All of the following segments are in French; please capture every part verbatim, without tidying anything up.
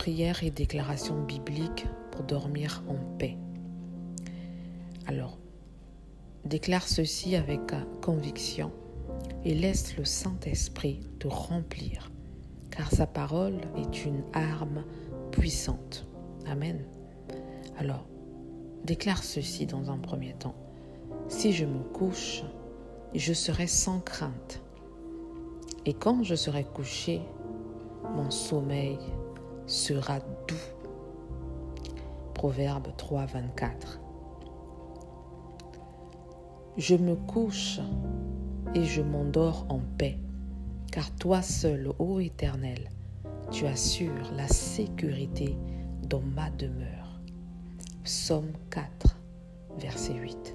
prières et déclarations bibliques pour dormir en paix. Alors, déclare ceci avec conviction et laisse le Saint-Esprit te remplir, car sa parole est une arme puissante. Amen. Alors, déclare ceci dans un premier temps. Si je me couche, je serai sans crainte. Et quand je serai couché, mon sommeil sera doux. Proverbe trois, vingt-quatre. Je me couche et je m'endors en paix, car toi seul, ô Éternel, tu assures la sécurité dans ma demeure. Psaume quatre, verset huit.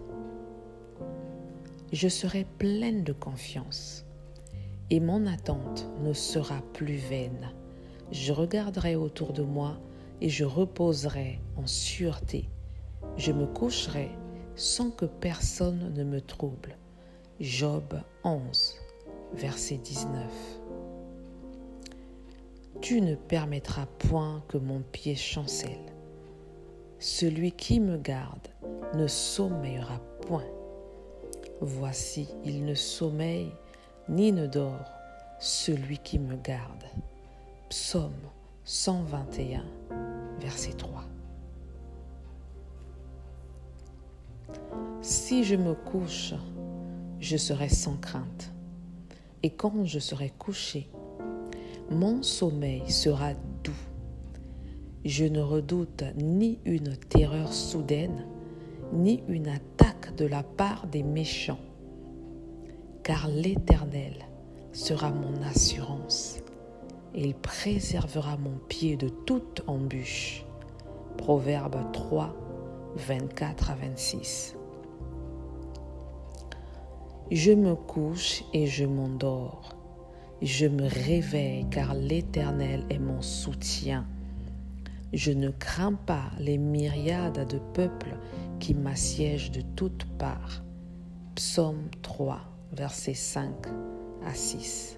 Je serai pleine de confiance et mon attente ne sera plus vaine. Je regarderai autour de moi et je reposerai en sûreté. Je me coucherai sans que personne ne me trouble. Job onze, verset dix-neuf. Tu ne permettras point que mon pied chancelle. Celui qui me garde ne sommeillera point. Voici, il ne sommeille ni ne dort celui qui me garde. Psaume cent vingt et un, verset trois. Si je me couche, je serai sans crainte. Et quand je serai couché, mon sommeil sera doux. Je ne redoute ni une terreur soudaine, ni une attaque de la part des méchants, car l'Éternel sera mon assurance, et il préservera mon pied de toute embûche. Proverbe trois, vingt-quatre à vingt-six. Je me couche et je m'endors. Je me réveille car l'Éternel est mon soutien. Je ne crains pas les myriades de peuples qui m'assiègent de toutes parts. Psaume trois, versets cinq à six.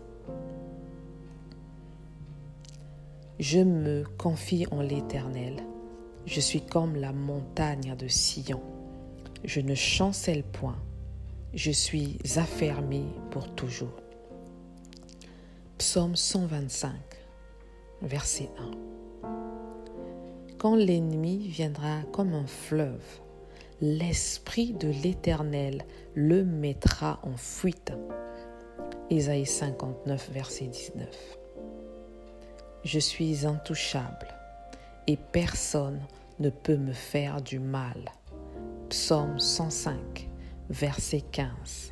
Je me confie en l'Éternel. Je suis comme la montagne de Sion. Je ne chancelle point. Je suis affermi pour toujours. Psaume cent vingt-cinq, verset un. Quand l'ennemi viendra comme un fleuve, l'Esprit de l'Éternel le mettra en fuite. Ésaïe cinquante-neuf, verset dix-neuf. Je suis intouchable et personne ne peut me faire du mal. Psaume cent cinq, verset quinze.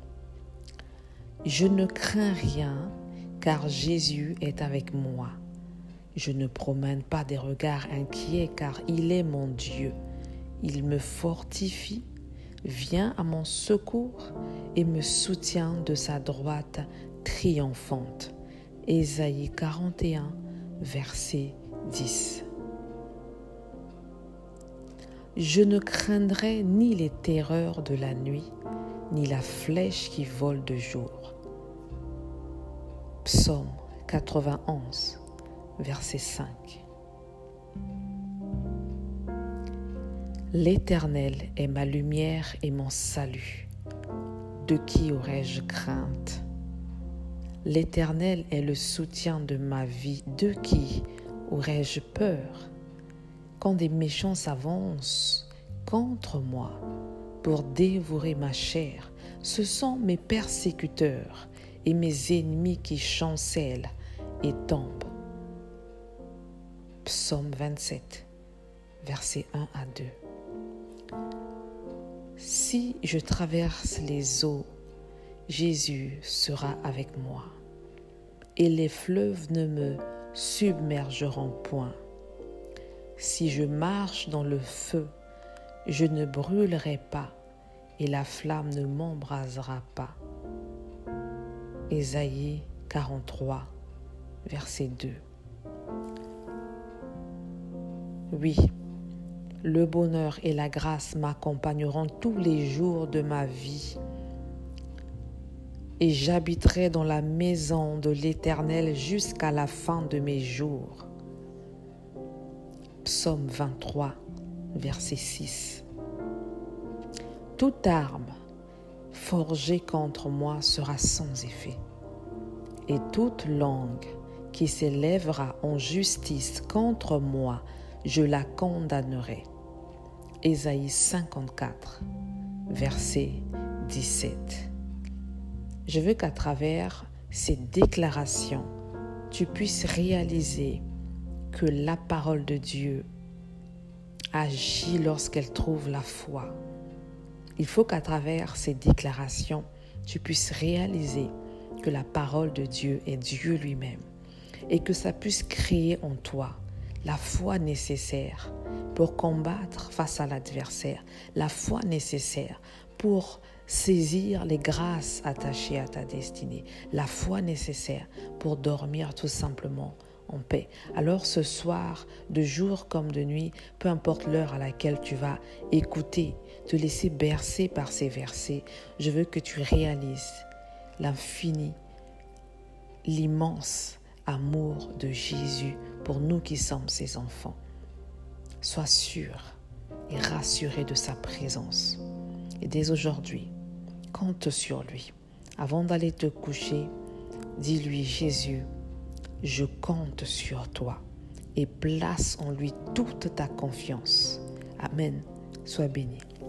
Je ne crains rien car Jésus est avec moi. Je ne promène pas des regards inquiets car il est mon Dieu. Il me fortifie, vient à mon secours et me soutient de sa droite triomphante. Ésaïe quarante et un, verset dix. Je ne craindrai ni les terreurs de la nuit, ni la flèche qui vole de jour. Psaume quatre-vingt-onze, verset cinq. L'Éternel est ma lumière et mon salut. De qui aurais-je crainte? L'Éternel est le soutien de ma vie. De qui aurais-je peur? Quand des méchants s'avancent contre moi pour dévorer ma chair, ce sont mes persécuteurs et mes ennemis qui chancellent et tombent. Psaume vingt-sept, versets un à deux. Si je traverse les eaux, Jésus sera avec moi, et les fleuves ne me submergeront point. Si je marche dans le feu, je ne brûlerai pas, et la flamme ne m'embrasera pas. Ésaïe quarante-trois, verset deux. Oui, le bonheur et la grâce m'accompagneront tous les jours de ma vie, et j'habiterai dans la maison de l'Éternel jusqu'à la fin de mes jours. Psaume vingt-trois, verset six. Toute arme forgée contre moi sera sans effet, et toute langue qui s'élèvera en justice contre moi, je la condamnerai. Ésaïe cinquante-quatre, verset dix-sept. Je veux qu'à travers ces déclarations, tu puisses réaliser que la parole de Dieu agit lorsqu'elle trouve la foi. Il faut qu'à travers ces déclarations, tu puisses réaliser que la parole de Dieu est Dieu lui-même et que ça puisse créer en toi la foi nécessaire pour combattre face à l'adversaire, la foi nécessaire pour saisir les grâces attachées à ta destinée, la foi nécessaire pour dormir tout simplement en paix. Alors ce soir, de jour comme de nuit, peu importe l'heure à laquelle tu vas écouter, te laisser bercer par ces versets, je veux que tu réalises l'infini, l'immense amour de Jésus pour nous qui sommes ses enfants. Sois sûr et rassuré de sa présence. Et dès aujourd'hui, compte sur lui. Avant d'aller te coucher, dis-lui: Jésus, je compte sur toi, et place en lui toute ta confiance. Amen. Sois béni.